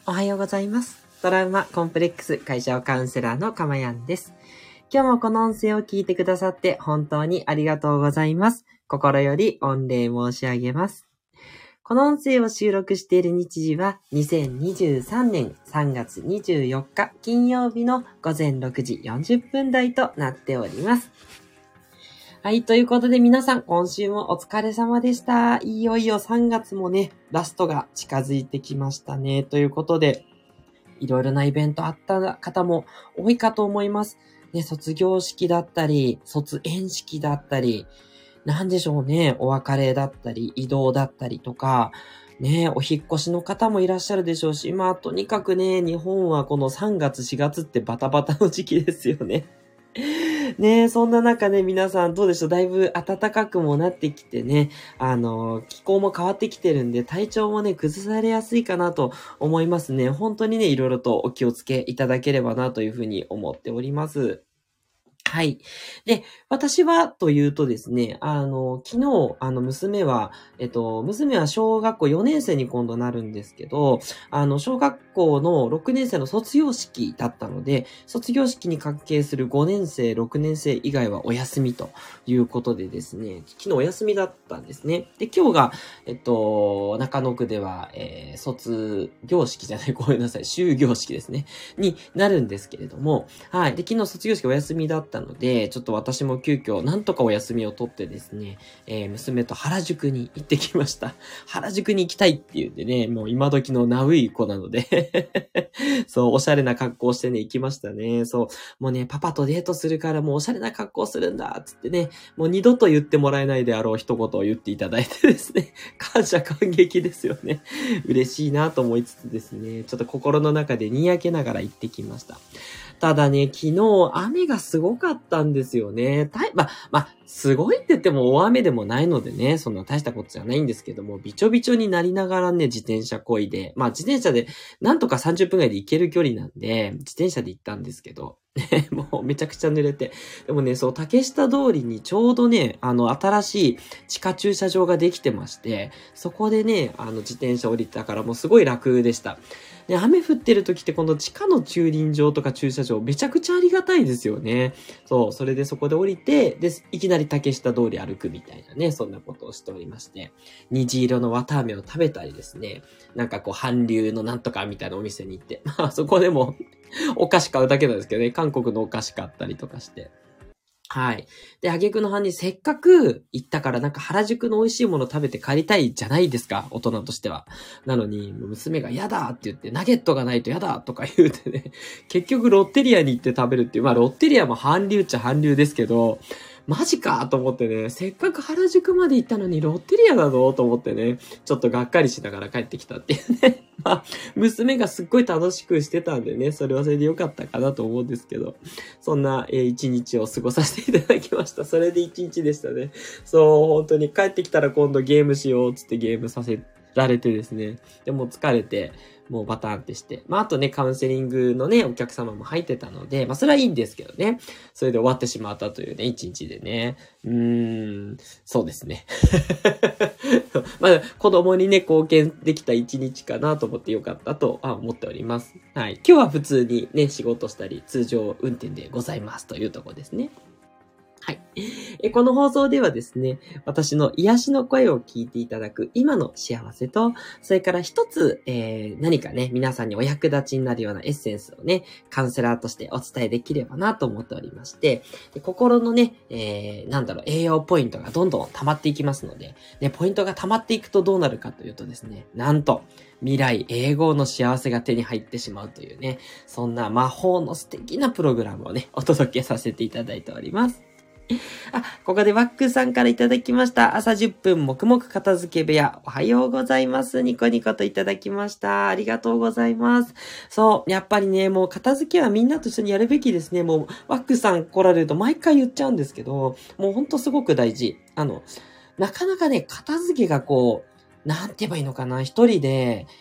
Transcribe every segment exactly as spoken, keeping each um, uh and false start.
おはようございます。トラウマコンプレックス解消カウンセラーのかまやんです。今日もこの音声を聞いてくださって本当にありがとうございます。心より御礼申し上げます。この音声を収録している日時はにせんにじゅうさんねんさんがつにじゅうよっか金曜日のごぜんろくじよんじゅっぷん台となっております。はい、ということで皆さん、今週もお疲れ様でした。いよいよさんがつもね、ラストが近づいてきましたね。ということで、いろいろなイベントあった方も多いかと思います。ね、卒業式だったり、卒園式だったり、なんでしょうね、お別れだったり、移動だったりとか、ね、お引っ越しの方もいらっしゃるでしょうし、まあ、とにかくね、日本はこのさんがつ、しがつってバタバタの時期ですよね。ねえ、そんな中ね、皆さんどうでしょう？だいぶ暖かくもなってきてね、あの、気候も変わってきてるんで、体調もね、崩されやすいかなと思いますね。本当にね、いろいろとお気をつけいただければなというふうに思っております。はい。で、私はというとですね、あの、昨日、あの、娘は、えっと、娘は小学校よねん生に今度なるんですけど、あの、小学校のろくねん生の卒業式だったので、卒業式に関係するごねん生、ろくねん生以外はお休みということでですね、昨日お休みだったんですね。で、今日が、えっと、中野区では、えー、卒業式じゃない、ごめんなさい、終業式ですね、になるんですけれども、はい。で、昨日卒業式お休みだったので、ちょっと私も急遽なんとかお休みを取ってですね、えー、娘と原宿に行ってきました。原宿に行きたいって言ってね、もう今時のナウい子なのでそう、おしゃれな格好をしてね、行きましたね。そう、もうね、パパとデートするからもうおしゃれな格好するんだ、つってね、もう二度と言ってもらえないであろう一言を言っていただいてですね、感謝感激ですよね。嬉しいなと思いつつですね、ちょっと心の中でにやけながら行ってきました。ただね、昨日雨がすごかったんですよね。たい、ま、ま、すごいって言っても大雨でもないのでね、そんな大したことじゃないんですけども、びちょびちょになりながらね、自転車漕いで、まあ自転車でなんとかさんじゅっぷんぐらいで行ける距離なんで、自転車で行ったんですけど、ね、もうめちゃくちゃ濡れて。でもね、そう、竹下通りにちょうどね、あの、新しい地下駐車場ができてまして、そこでね、あの、自転車降りてたからもうすごい楽でした。で、雨降ってる時ってこの地下の駐輪場とか駐車場めちゃくちゃありがたいですよね。そう、それでそこで降りて、で、いきなり竹下通り歩くみたいなね、そんなことをしておりまして、虹色の綿飴を食べたりですね、なんかこう、韓流のなんとかみたいなお店に行って、まあそこでもお菓子買うだけなんですけどね、韓国のお菓子買ったりとかして。はい。で、挙句の果にせっかく行ったからなんか原宿の美味しいもの食べて帰りたいじゃないですか、大人としては。なのに、娘が嫌だって言って、ナゲットがないと嫌だとか言うてね、結局ロッテリアに行って食べるっていう、まあロッテリアも韓流っちゃ韓流ですけど、マジかと思ってね、せっかく原宿まで行ったのにロッテリアだぞと思ってね、ちょっとがっかりしながら帰ってきたっていうね。まあ、娘がすっごい楽しくしてたんでね、それはそれでよかったかなと思うんですけど、そんな、えー、一日を過ごさせていただきました。それで一日でしたね。そう、本当に帰ってきたら今度ゲームしようっつってゲームさせられてですね。でも疲れて、もうバターンってして。まあ、あとね、カウンセリングのね、お客様も入ってたので、まあ、それはいいんですけどね。それで終わってしまったというね、一日でね。うーん、そうですね。まあ、子供にね、貢献できた一日かなと思ってよかったと思っております。はい。今日は普通にね、仕事したり、通常運転でございますというところですね。はい。え、この放送ではですね、私の癒しの声を聞いていただく今の幸せと、それから一つ、えー、何かね、皆さんにお役立ちになるようなエッセンスをね、カウンセラーとしてお伝えできればなと思っておりまして、で心のね、えー、なんだろう、栄養ポイントがどんどん溜まっていきますので、ね、ポイントが溜まっていくとどうなるかというとですね、なんと、未来永劫の幸せが手に入ってしまうというね、そんな魔法の素敵なプログラムをね、お届けさせていただいております。あ、ここでワックさんからいただきました。朝じゅっぷん黙々片付け部屋。おはようございます。ニコニコといただきました。ありがとうございます。そう、やっぱりね、もう片付けはみんなと一緒にやるべきですね。もう、ワックさん来られると毎回言っちゃうんですけど、もうほんとすごく大事。あの、なかなかね、片付けがこう、なんて言えばいいのかな。一人で、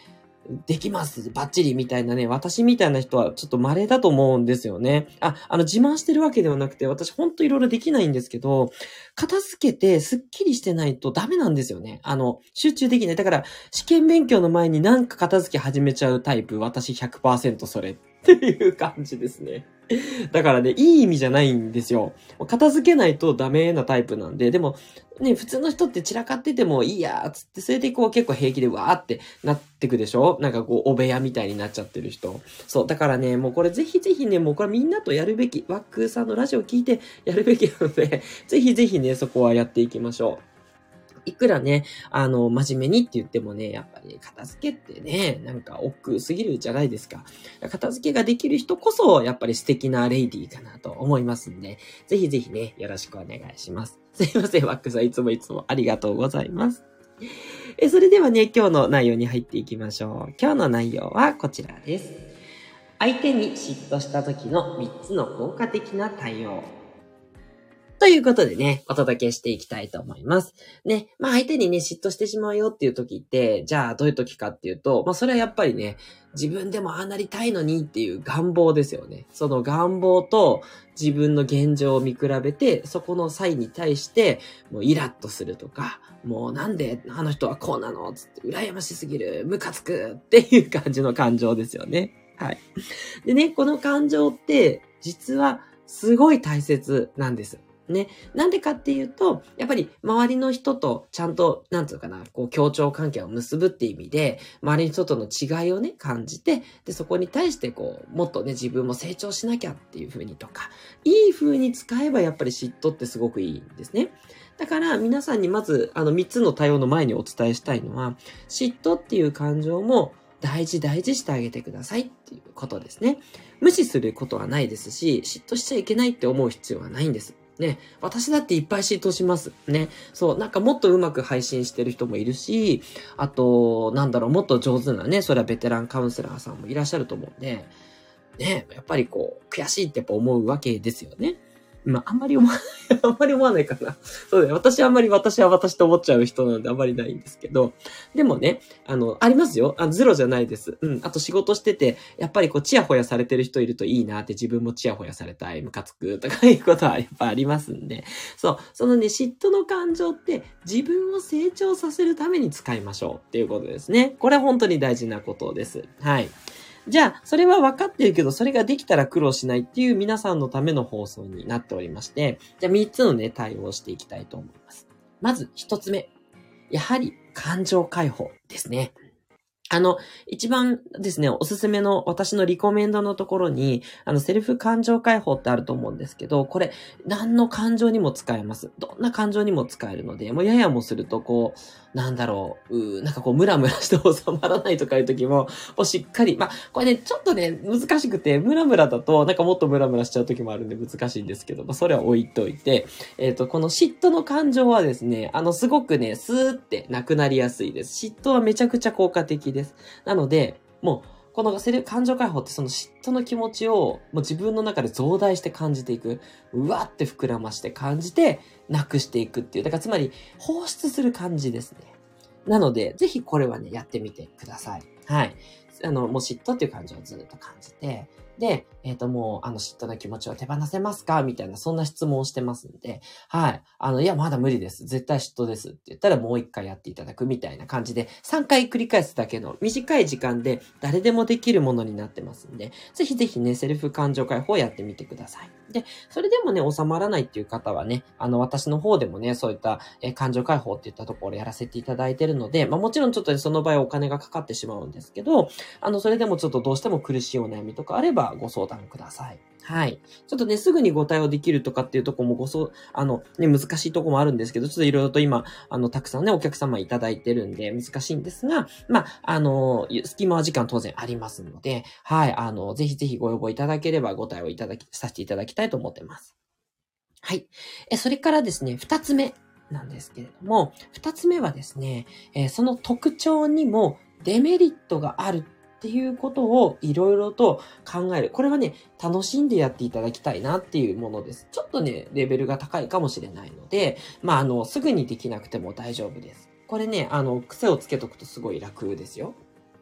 できますバッチリみたいなね、私みたいな人はちょっと稀だと思うんですよね。あ、あの自慢してるわけではなくて、私ほんといろいろできないんですけど、片付けてスッキリしてないとダメなんですよね。あの、集中できない。だから、試験勉強の前になんか片付け始めちゃうタイプ、私 ひゃくパーセント それっていう感じですね。だからね、いい意味じゃないんですよ。片付けないとダメなタイプなんで、でも、ね、普通の人って散らかっててもいいやーつって、それでこう結構平気でわーってなってくでしょ？なんかこう、お部屋みたいになっちゃってる人。そう、だからね、もうこれぜひぜひね、もうこれみんなとやるべき、ワックさんのラジオ聞いてやるべきなので、ぜひぜひね、そこはやっていきましょう。いくらね、あの、真面目にって言ってもね、やっぱり片付けってね、なんか億劫すぎるじゃないですか。片付けができる人こそ、やっぱり素敵なレイディーかなと思いますんで、ぜひぜひね、よろしくお願いします。すいません、ワックさん、いつもいつもありがとうございます。え、それではね、今日の内容に入っていきましょう。今日の内容はこちらです。相手に嫉妬した時のみっつの効果的な対応。ということでね、お届けしていきたいと思います。ね、まあ相手にね、嫉妬してしまうよっていう時って、じゃあどういう時かっていうと、まあそれはやっぱりね、自分でもああなりたいのにっていう願望ですよね。その願望と自分の現状を見比べて、そこの際に対して、もうイラッとするとか、もうなんであの人はこうなのつって羨ましすぎる、ムカつくっていう感じの感情ですよね。はい。でね、この感情って実はすごい大切なんです。ね。なんでかっていうと、やっぱり周りの人とちゃんと、なんつうかな、こう協調関係を結ぶって意味で、周りの人との違いをね、感じて、で、そこに対してこう、もっとね、自分も成長しなきゃっていう風にとか、いい風に使えばやっぱり嫉妬ってすごくいいんですね。だから皆さんにまず、あのみっつの対応の前にお伝えしたいのは、嫉妬っていう感情も大事大事してあげてくださいっていうことですね。無視することはないですし、嫉妬しちゃいけないって思う必要はないんです。ね、私だっていっぱい嫉妬します。ね。そう、なんかもっとうまく配信してる人もいるし、あと、なんだろう、もっと上手なね、それはベテランカウンセラーさんもいらっしゃると思うんで、ね、やっぱりこう、悔しいってやっぱ思うわけですよね。まあ、あんまり思わない、あんまり思わないかな。そうだよ。私はあんまり私は私と思っちゃう人なんであんまりないんですけど。でもね、あの、ありますよ。あゼロじゃないです。うん。あと仕事してて、やっぱりこう、チヤホヤされてる人いるといいなって自分もチヤホヤされたい、ムカつくとかいうことはやっぱありますんで。そう。そのね、嫉妬の感情って自分を成長させるために使いましょうっていうことですね。これは本当に大事なことです。はい。じゃあ、それは分かってるけど、それができたら苦労しないっていう皆さんのための放送になっておりまして、じゃあみっつのね、対応をしていきたいと思います。まずひとつめ。やはり感情解放ですね。あの、一番ですね、おすすめの私のリコメンドのところに、あの、セルフ感情解放ってあると思うんですけど、これ、何の感情にも使えます。どんな感情にも使えるので、もうややもすると、こう、なんだろう、うなんかこう、ムラムラして収まらないとかいう時も、もうしっかり、まあ、これね、ちょっとね、難しくて、ムラムラだと、なんかもっとムラムラしちゃう時もあるんで難しいんですけど、まあ、それは置いといて、えっと、この嫉妬の感情はですね、あの、すごくね、スーってなくなりやすいです。嫉妬はめちゃくちゃ効果的です。なので、もう、このセル感情解放ってその嫉妬の気持ちをもう自分の中で増大して感じていく。うわって膨らまして感じてなくしていくっていう。だからつまり放出する感じですね。なので、ぜひこれはね、やってみてください。はい。あの、もう嫉妬っていう感情をずっと感じて、で、えっと、もう、あの、嫉妬の気持ちを手放せますかみたいな、そんな質問をしてますんで、はい。あの、いや、まだ無理です。絶対嫉妬ですって言ったらもう一回やっていただくみたいな感じで、さんかい繰り返すだけの短い時間で誰でもできるものになってますんで、ぜひぜひね、セルフ感情解放をやってみてください。で、それでもね、収まらないっていう方はね、あの、私の方でもね、そういった、えー、感情解放っていったところをやらせていただいてるので、まあもちろんちょっと、ね、その場合お金がかかってしまうんですけど、あの、それでもちょっとどうしても苦しいお悩みとかあればご相談ください。はい。ちょっとね、すぐにご対応できるとかっていうところもごそう、あの、ね、難しいところもあるんですけど、ちょっといろいろと今、あの、たくさんね、お客様いただいてるんで難しいんですが、まあ、あの、隙間は時間当然ありますので、はい、あの、ぜひぜひご要望いただければご対応いただき、させていただきたいと思ってます。はい。え、それからですね、二つ目なんですけれども、二つ目はですね、えー、その特徴にもデメリットがあるっていうことをいろいろと考える。これはね、楽しんでやっていただきたいなっていうものです。ちょっとね、レベルが高いかもしれないので、まあ、あの、すぐにできなくても大丈夫です。これね、あの、癖をつけとくとすごい楽ですよ。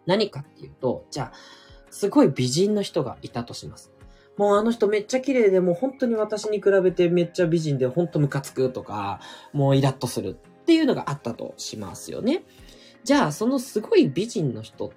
何かっていうと、じゃあ、すごい美人の人がいたとします。もうあの人めっちゃ綺麗で、もう本当に私に比べてめっちゃ美人で、本当ムカつくとか、もうイラッとするっていうのがあったとしますよね。じゃあ、そのすごい美人の人って、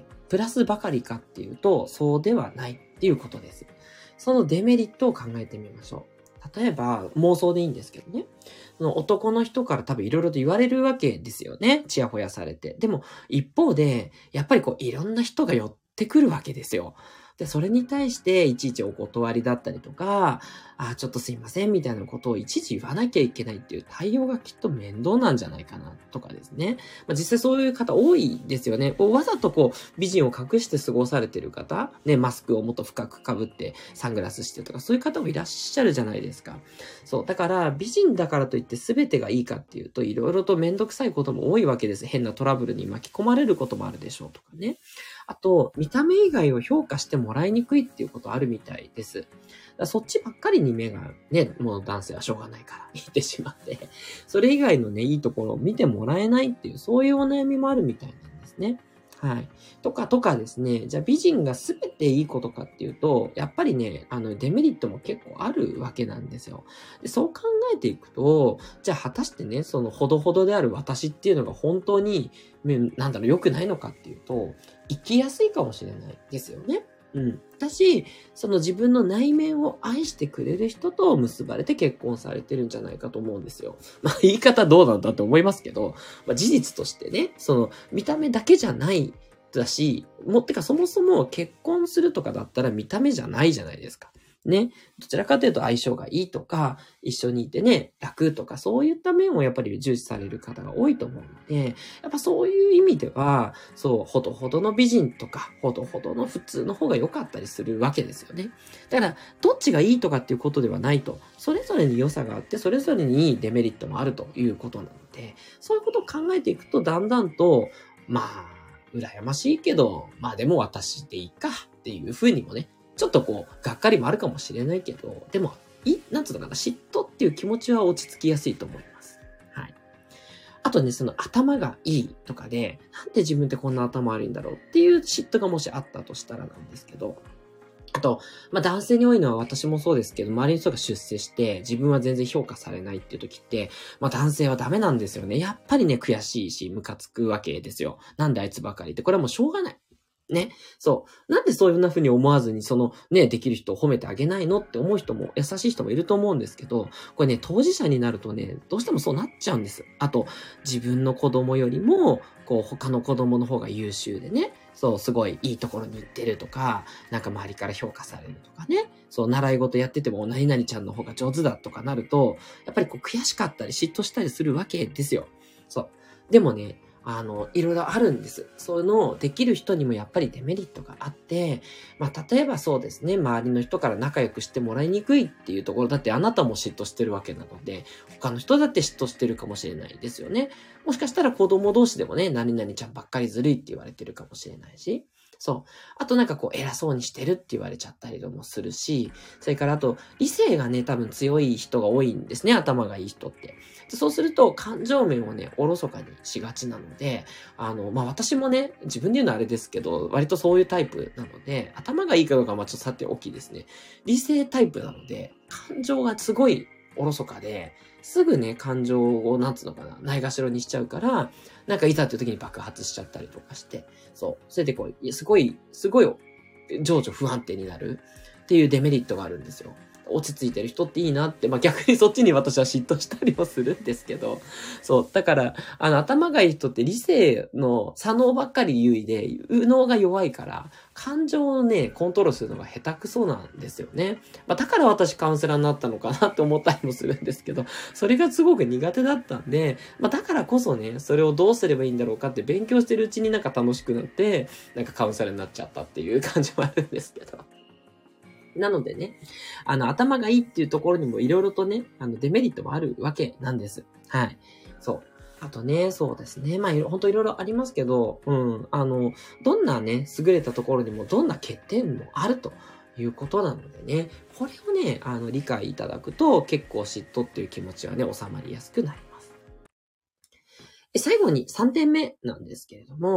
プラスばかりかっていうと、そうではないっていうことです。そのデメリットを考えてみましょう。例えば、妄想でいいんですけどね。その男の人から多分いろいろと言われるわけですよね。ちやほやされて。でも、一方で、やっぱりこう、いろんな人が寄ってくるわけですよ。で、それに対して、いちいちお断りだったりとか、あ、ちょっとすいません、みたいなことをいちいち言わなきゃいけないっていう対応がきっと面倒なんじゃないかな、とかですね。まあ、実際そういう方多いですよね。こうわざとこう、美人を隠して過ごされてる方、ね、マスクをもっと深く被って、サングラスしてとか、そういう方もいらっしゃるじゃないですか。そう。だから、美人だからといって全てがいいかっていうと、いろいろとめんどくさいことも多いわけです。変なトラブルに巻き込まれることもあるでしょうとかね。あと、見た目以外を評価してもらいにくいっていうことあるみたいです。だからそっちばっかりに目がね、もう男性はしょうがないから見てしまって、それ以外のね、いいところを見てもらえないっていう、そういうお悩みもあるみたいなんですね。はい。とか、とかですね。じゃあ美人が全ていいことかっていうと、やっぱりね、あの、デメリットも結構あるわけなんですよ。でそう考えていくと、じゃあ果たしてね、そのほどほどである私っていうのが本当に、なんだろう、良くないのかっていうと、生きやすいかもしれないですよね。うん。だし、その自分の内面を愛してくれる人と結ばれて結婚されてるんじゃないかと思うんですよ。まあ言い方どうなんだって思いますけど、まあ事実としてね、その見た目だけじゃないだし、もってかそもそも結婚するとかだったら見た目じゃないじゃないですか。ね。どちらかというと相性がいいとか、一緒にいてね、楽とか、そういった面をやっぱり重視される方が多いと思うので、やっぱそういう意味では、そう、ほどほどの美人とか、ほどほどの普通の方が良かったりするわけですよね。だから、どっちがいいとかっていうことではないと、それぞれに良さがあって、それぞれにデメリットもあるということなので、そういうことを考えていくと、だんだんと、まあ、羨ましいけど、まあでも私でいいかっていうふうにもね、ちょっとこう、がっかりもあるかもしれないけど、でも、い、なんつうのかな、嫉妬っていう気持ちは落ち着きやすいと思います。はい。あとね、その頭がいいとかで、なんで自分ってこんな頭悪いんだろうっていう嫉妬がもしあったとしたらなんですけど、あと、まあ男性に多いのは私もそうですけど、周りの人が出世して、自分は全然評価されないっていう時って、まあ男性はダメなんですよね。やっぱりね、悔しいし、ムカつくわけですよ。なんであいつばかりって、これはもうしょうがない。ね。そう。なんでそういうふうな風に思わずに、そのね、できる人を褒めてあげないのって思う人も、優しい人もいると思うんですけど、これね、当事者になるとね、どうしてもそうなっちゃうんです。あと、自分の子供よりも、こう、他の子供の方が優秀でね、そう、すごいいいところに行ってるとか、なんか周りから評価されるとかね、そう、習い事やってても、何々ちゃんの方が上手だとかなると、やっぱりこう、悔しかったり嫉妬したりするわけですよ。そう。でもね、あの、いろいろあるんです。その、できる人にもやっぱりデメリットがあって、まあ、例えばそうですね、周りの人から仲良くしてもらいにくいっていうところ、だってあなたも嫉妬してるわけなので、他の人だって嫉妬してるかもしれないですよね。もしかしたら子供同士でもね、何々ちゃんばっかりずるいって言われてるかもしれないし、そう。あとなんかこう偉そうにしてるって言われちゃったりもするし、それからあと理性がね、多分強い人が多いんですね、頭がいい人って。でそうすると感情面をね、おろそかにしがちなので、あの、まあ、私もね、自分で言うのはあれですけど、割とそういうタイプなので、頭がいいかどうかはまあちょっとさておきですね。理性タイプなので、感情がすごいおろそかで、すぐね、感情を、なんつうのかな、ないがしろにしちゃうから、なんかいざっていう時に爆発しちゃったりとかして、そう。それでこう、すごい、すごい、情緒不安定になるっていうデメリットがあるんですよ。落ち着いてる人っていいなって、まあ逆にそっちに私は嫉妬したりもするんですけど、そう。だから、あの、頭がいい人って理性の左脳ばっかり優位で、右脳が弱いから、感情をね、コントロールするのが下手くそなんですよね。まあだから私カウンセラーになったのかなって思ったりもするんですけど、それがすごく苦手だったんで、まあだからこそね、それをどうすればいいんだろうかって勉強してるうちになんか楽しくなって、なんかカウンセラーになっちゃったっていう感じもあるんですけど。なのでね、あの、頭がいいっていうところにもいろいろとね、あの、デメリットもあるわけなんです。はい。そう。あとね、そうですね。まあ、ほんといろいろありますけど、うん。あの、どんなね、優れたところにもどんな欠点もあるということなのでね、これをね、あの、理解いただくと結構嫉妬っていう気持ちはね、収まりやすくなります。最後にさんてんめなんですけれども、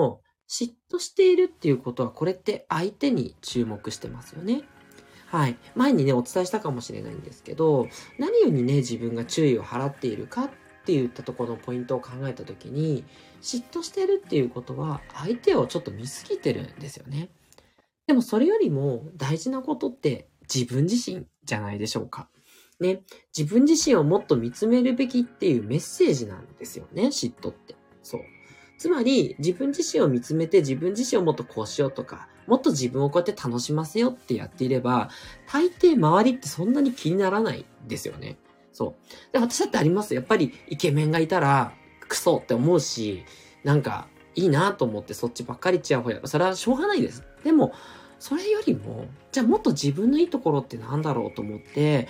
嫉妬しているっていうことは、これって相手に注目してますよね。はい。前にね、お伝えしたかもしれないんですけど、何よりね、自分が注意を払っているかっていったところのポイントを考えたときに、嫉妬してるっていうことは、相手をちょっと見すぎてるんですよね。でもそれよりも大事なことって自分自身じゃないでしょうか。ね。自分自身をもっと見つめるべきっていうメッセージなんですよね、嫉妬って。そう。つまり、自分自身を見つめて自分自身をもっとこうしようとか、もっと自分をこうやって楽しませようってやっていれば、大抵周りってそんなに気にならないんですよね。そう。で、私だってあります。やっぱりイケメンがいたら、クソって思うし、なんか、いいなと思ってそっちばっかりチヤホヤ。それはしょうがないです。でも、それよりも、じゃあもっと自分のいいところってなんだろうと思って、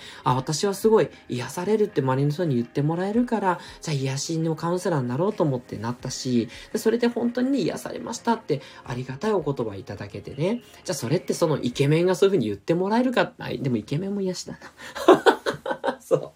あ、私はすごい癒されるって周りの人に言ってもらえるから、じゃあ癒しのカウンセラーになろうと思ってなったし、でそれで本当にね、癒されましたってありがたいお言葉いただけてね。じゃあそれってそのイケメンがそういう風に言ってもらえるか、ない、でもイケメンも癒しだな。そう。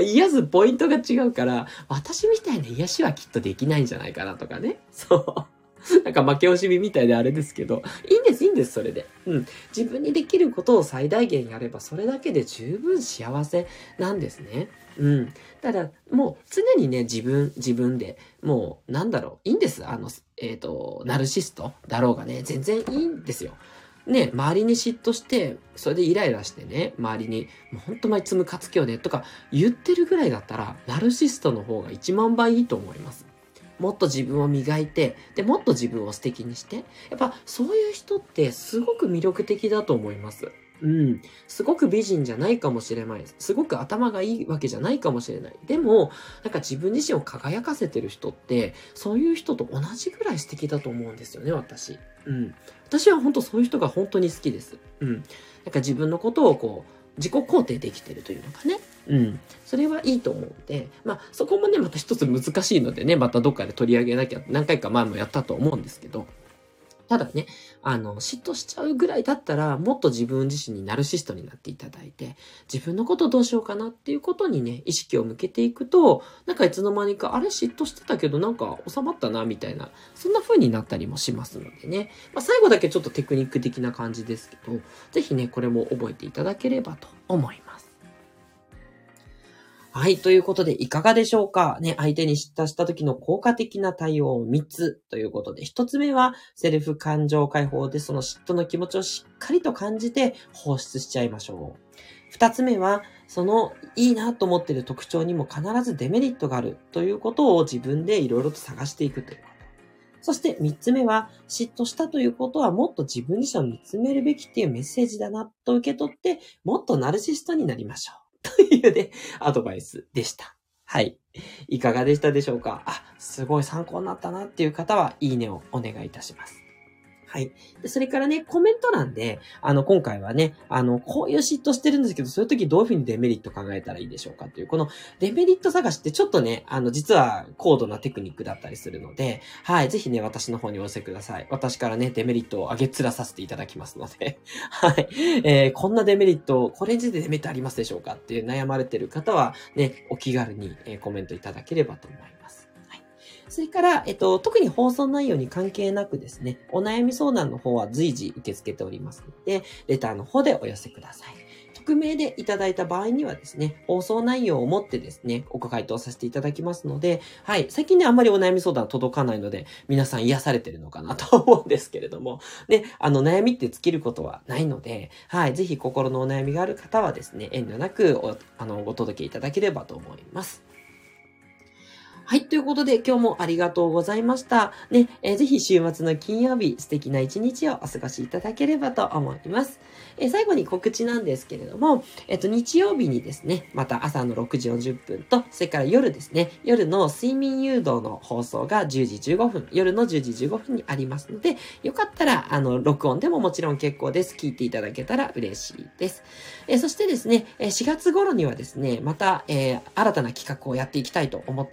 癒すポイントが違うから、私みたいな癒しはきっとできないんじゃないかなとかね。そう。なんか負け惜しみみたいであれですけど、いいんです、いいんです、それで。うん。自分にできることを最大限やれば、それだけで十分幸せなんですね。うん。ただ、もう常にね、自分、自分で、もう、なんだろう、いいんです。あの、えっと、ナルシストだろうがね、全然いいんですよ。ね、周りに嫉妬して、それでイライラしてね、周りに、もうほんと毎つムカつきよね、とか言ってるぐらいだったら、ナルシストの方がいちまんばいいいと思います。もっと自分を磨いて、で、もっと自分を素敵にして。やっぱ、そういう人ってすごく魅力的だと思います。うん。すごく美人じゃないかもしれない。すごく頭がいいわけじゃないかもしれない。でも、なんか自分自身を輝かせてる人って、そういう人と同じぐらい素敵だと思うんですよね、私。うん。私は本当そういう人が本当に好きです。うん。なんか自分のことをこう、自己肯定できてるというのかね。うん。それはいいと思うので、まあ、そこもね、また一つ難しいのでね、またどっかで取り上げなきゃ、何回か前もやったと思うんですけど、ただね、あの、嫉妬しちゃうぐらいだったら、もっと自分自身にナルシストになっていただいて、自分のことどうしようかなっていうことにね、意識を向けていくと、なんかいつの間にか、あれ嫉妬してたけどなんか収まったな、みたいな、そんな風になったりもしますのでね。まあ、最後だけちょっとテクニック的な感じですけど、ぜひね、これも覚えていただければと思います。はい。ということで、いかがでしょうかね、相手に嫉妬した時の効果的な対応みっつということで、ひとつめは、セルフ感情解放で、その嫉妬の気持ちをしっかりと感じて放出しちゃいましょう。ふたつめは、そのいいなと思っている特徴にも必ずデメリットがあるということを自分でいろいろと探していくということ。そしてみっつめは、嫉妬したということはもっと自分自身を見つめるべきっていうメッセージだなと受け取って、もっとナルシストになりましょう。というね、アドバイスでした。はい。いかがでしたでしょうか？あ、すごい参考になったなっていう方は、いいねをお願いいたします。はい。で、それからね、コメント欄で、あの、今回はね、あの、こういう嫉妬してるんですけど、そういう時どういうふうにデメリット考えたらいいでしょうかっていう、このデメリット探しってちょっとね、あの、実は高度なテクニックだったりするので、はい、ぜひね、私の方にお寄せください。私からね、デメリットを上げつらさせていただきますので、はい。えー、こんなデメリット、これについてデメリットありますでしょうかっていう悩まれてる方は、ね、お気軽に、えー、コメントいただければと思います。それから、えっと、特に放送内容に関係なくですね、お悩み相談の方は随時受け付けておりますので、レターの方でお寄せください。匿名でいただいた場合にはですね、放送内容をもってですね、ご回答させていただきますので、はい、最近ね、あんまりお悩み相談届かないので、皆さん癒されてるのかなと思うんですけれども、ね、あの、悩みって尽きることはないので、はい、ぜひ心のお悩みがある方はですね、遠慮なくお、あの、ご届けいただければと思います。はい。ということで、今日もありがとうございました。ね、えー、ぜひ週末の金曜日、素敵な一日をお過ごしいただければと思います。えー、最後に告知なんですけれども、えっと、日曜日にですね、また朝のろくじよんじゅっぷんと、それから夜ですね、夜の睡眠誘導の放送がじゅうじじゅうごふん、夜のじゅうじじゅうごふんにありますので、よかったら、あの、録音でももちろん結構です。聞いていただけたら嬉しいです。えー、そしてですね、しがつ頃にはですね、また、えー、新たな企画をやっていきたいと思っておりまして、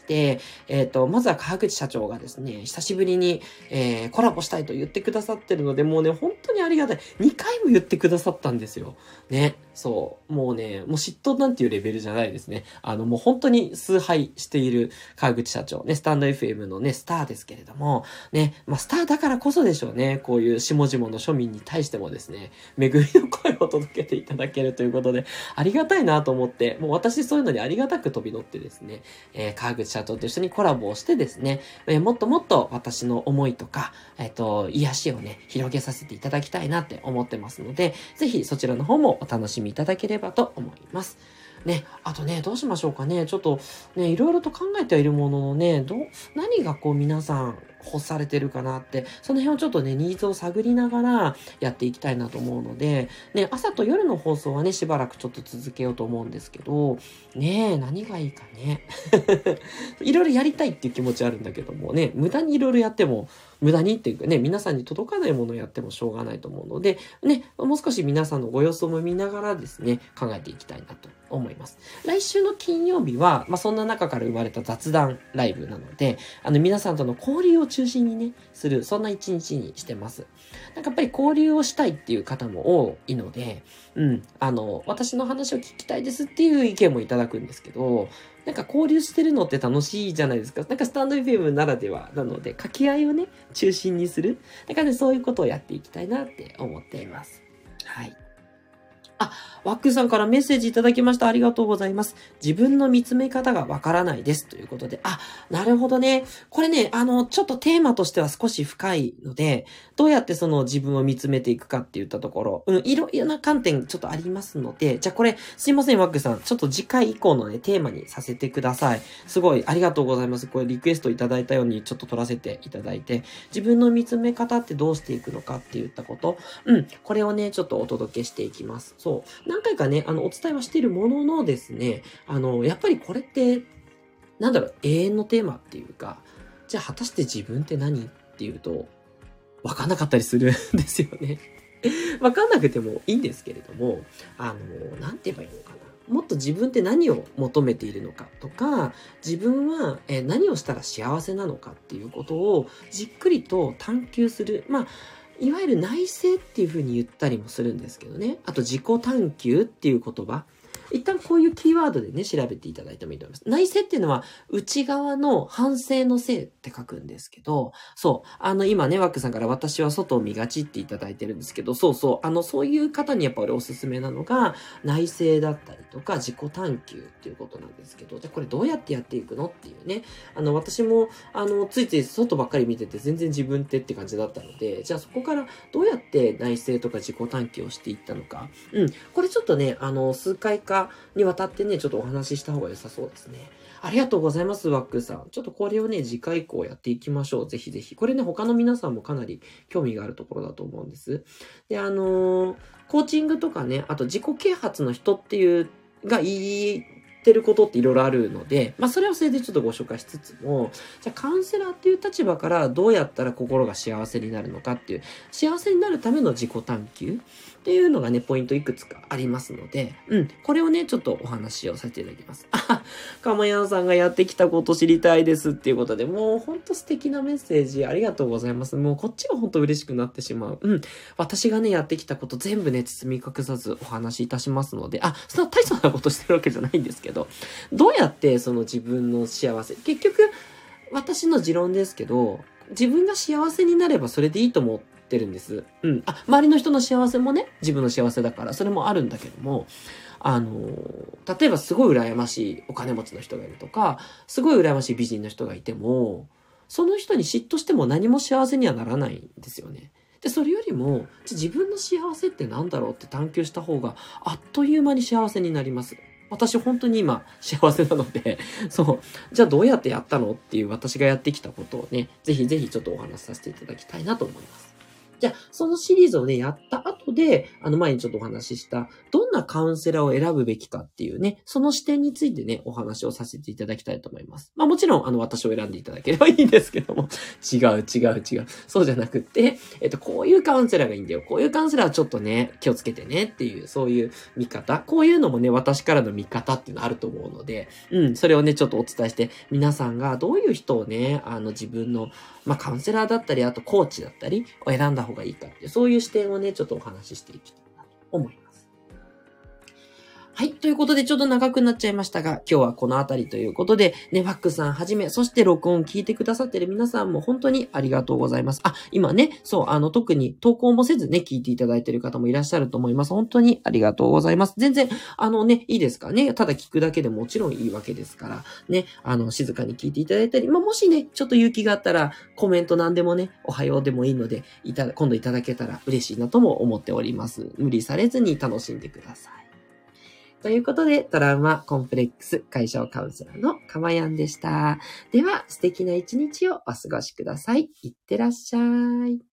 て、えっと、まずは川口社長がですね、久しぶりに、えー、コラボしたいと言ってくださってるので、もうね、本当にありがたい。にかいも言ってくださったんですよ。ね。そう。もうね、もう嫉妬なんていうレベルじゃないですね。あの、もう本当に崇拝している川口社長。ね、スタンド エフエム のね、スターですけれども、ね、まあ、スターだからこそでしょうね。こういう下々の庶民に対してもですね、恵みの声を届けていただけるということで、ありがたいなと思って、もう私そういうのにありがたく飛び乗ってですね、えー、川口社長と一緒にコラボをしてですね、えー、もっともっと私の思いとか、えっと、癒しをね、広げさせていただきたいなって思ってますので、ぜひそちらの方もお楽しみいただければと思います。ね、あとね、どうしましょうかね。ちょっとね、いろいろと考えてはいるもののね、どう、何がこう皆さん欲されてるかなって、その辺をちょっとね、ニーズを探りながらやっていきたいなと思うので、ね、朝と夜の放送はね、しばらくちょっと続けようと思うんですけど、ねえ、何がいいかね。いろいろやりたいっていう気持ちあるんだけどもね、無駄にいろいろやっても、無駄にっていうかね、皆さんに届かないものをやってもしょうがないと思うので、ね、もう少し皆さんのご様子も見ながらですね、考えていきたいなと思います。来週の金曜日は、まあ、そんな中から生まれた雑談ライブなので、あの、皆さんとの交流を中心にね、する、そんな一日にしてます。なんかやっぱり交流をしたいっていう方も多いので、うん、あの、私の話を聞きたいですっていう意見もいただくんですけど、なんか交流してるのって楽しいじゃないですか。なんかスタンド エフエム ならではなので、掛け合いをね、中心にする。だからね、そういうことをやっていきたいなって思っています。はい。あ、ワックさんからメッセージいただきました。ありがとうございます。自分の見つめ方がわからないです。ということで。あ、なるほどね。これね、あの、ちょっとテーマとしては少し深いので、どうやってその自分を見つめていくかって言ったところ、うん、いろいろな観点ちょっとありますので、じゃあこれ、すいません、ワックさん。ちょっと次回以降のね、テーマにさせてください。すごい、ありがとうございます。これリクエストいただいたようにちょっと取らせていただいて、自分の見つめ方ってどうしていくのかって言ったこと、うん、これをね、ちょっとお届けしていきます。そう。何回かね、あの、お伝えはしているもののですね、あの、やっぱりこれって、なんだろう、永遠のテーマっていうか、じゃあ果たして自分って何っていうと、わかんなかったりするんですよね。わかんなくてもいいんですけれども、あの、なんて言えばいいのかな。もっと自分って何を求めているのかとか、自分はえ何をしたら幸せなのかっていうことをじっくりと探求する。まあ、いわゆる内省っていうふうに言ったりもするんですけどね。あと自己探求っていう言葉。一旦こういうキーワードでね、調べていただいてもいいと思います。内省っていうのは、内側の反省のせいって書くんですけど、そう、あの今ね、ワックさんから私は外を見がちっていただいてるんですけど、そうそう、あの、そういう方にやっぱりおすすめなのが、内省だったりとか、自己探求っていうことなんですけど、じゃあこれどうやってやっていくのっていうね、あの、私も、あの、ついつい外ばっかり見てて全然自分ってって感じだったので、じゃあそこからどうやって内省とか自己探求をしていったのか、うん、これちょっとね、あの、数回か、にわたってね、ちょっとお話しした方が良さそうですね。ありがとうございます、ワックさん。ちょっとこれをね、次回以降やっていきましょう。ぜひぜひ。これね、他の皆さんもかなり興味があるところだと思うんです。で、あのー、コーチングとかね、あと自己啓発の人っていう、が言い、てることっていろいろあるので、まあそれはそれでちょっとご紹介しつつも、じゃあカウンセラーっていう立場からどうやったら心が幸せになるのかっていう、幸せになるための自己探求っていうのがね、ポイントいくつかありますので、うん、これをね、ちょっとお話をさせていただきます。あ、かまやんさんがやってきたこと知りたいですっていうことで、もうほんと素敵なメッセージありがとうございます。もうこっちがほんと嬉しくなってしまう。うん、私がね、やってきたこと全部ね、包み隠さずお話しいたしますので、あ、そんな大層なことしてるわけじゃないんですけど、どうやってその自分の幸せ、結局私の持論ですけど、自分が幸せになればそれでいいと思ってるんです。うん。あ、周りの人の幸せもね、自分の幸せだから、それもあるんだけども、あの、例えばすごい羨ましいお金持ちの人がいるとか、すごい羨ましい美人の人がいても、その人に嫉妬しても何も幸せにはならないんですよね。で、それよりも、自分の幸せって何だろうって探求した方が、あっという間に幸せになります。私本当に今幸せなので、そう。じゃあどうやってやったのっていう私がやってきたことをね、ぜひぜひちょっとお話しさせていただきたいなと思います。 じゃあ、そのシリーズをね、やった後で、あの前にちょっとお話しした、どんなカウンセラーを選ぶべきかっていうね、その視点についてね、お話をさせていただきたいと思います。まあもちろん、あの私を選んでいただければいいんですけども、違う違う違う。そうじゃなくって、えっと、こういうカウンセラーがいいんだよ。こういうカウンセラーはちょっとね、気をつけてねっていう、そういう見方。こういうのもね、私からの見方っていうのあると思うので、うん、それをね、ちょっとお伝えして、皆さんがどういう人をね、あの自分の、まあカウンセラーだったり、あとコーチだったりを選んだ方がいいかっていう、そういう視点をね、ちょっとお話ししていきたいなと思います。はい。ということで、ちょっと長くなっちゃいましたが、今日はこのあたりということで、ね、ワックさんはじめ、そして録音聞いてくださってる皆さんも本当にありがとうございます。あ、今ね、そう、あの、特に投稿もせずね、聞いていただいている方もいらっしゃると思います。本当にありがとうございます。全然、あのね、いいですかね。ただ聞くだけでもちろんいいわけですから、ね、あの、静かに聞いていただいたり、まあ、もしね、ちょっと勇気があったら、コメントなんでもね、おはようでもいいので、いただ、今度いただけたら嬉しいなとも思っております。無理されずに楽しんでください。ということで、トラウマコンプレックス解消カウンセラーのかまやんでした。では、素敵な一日をお過ごしください。いってらっしゃい。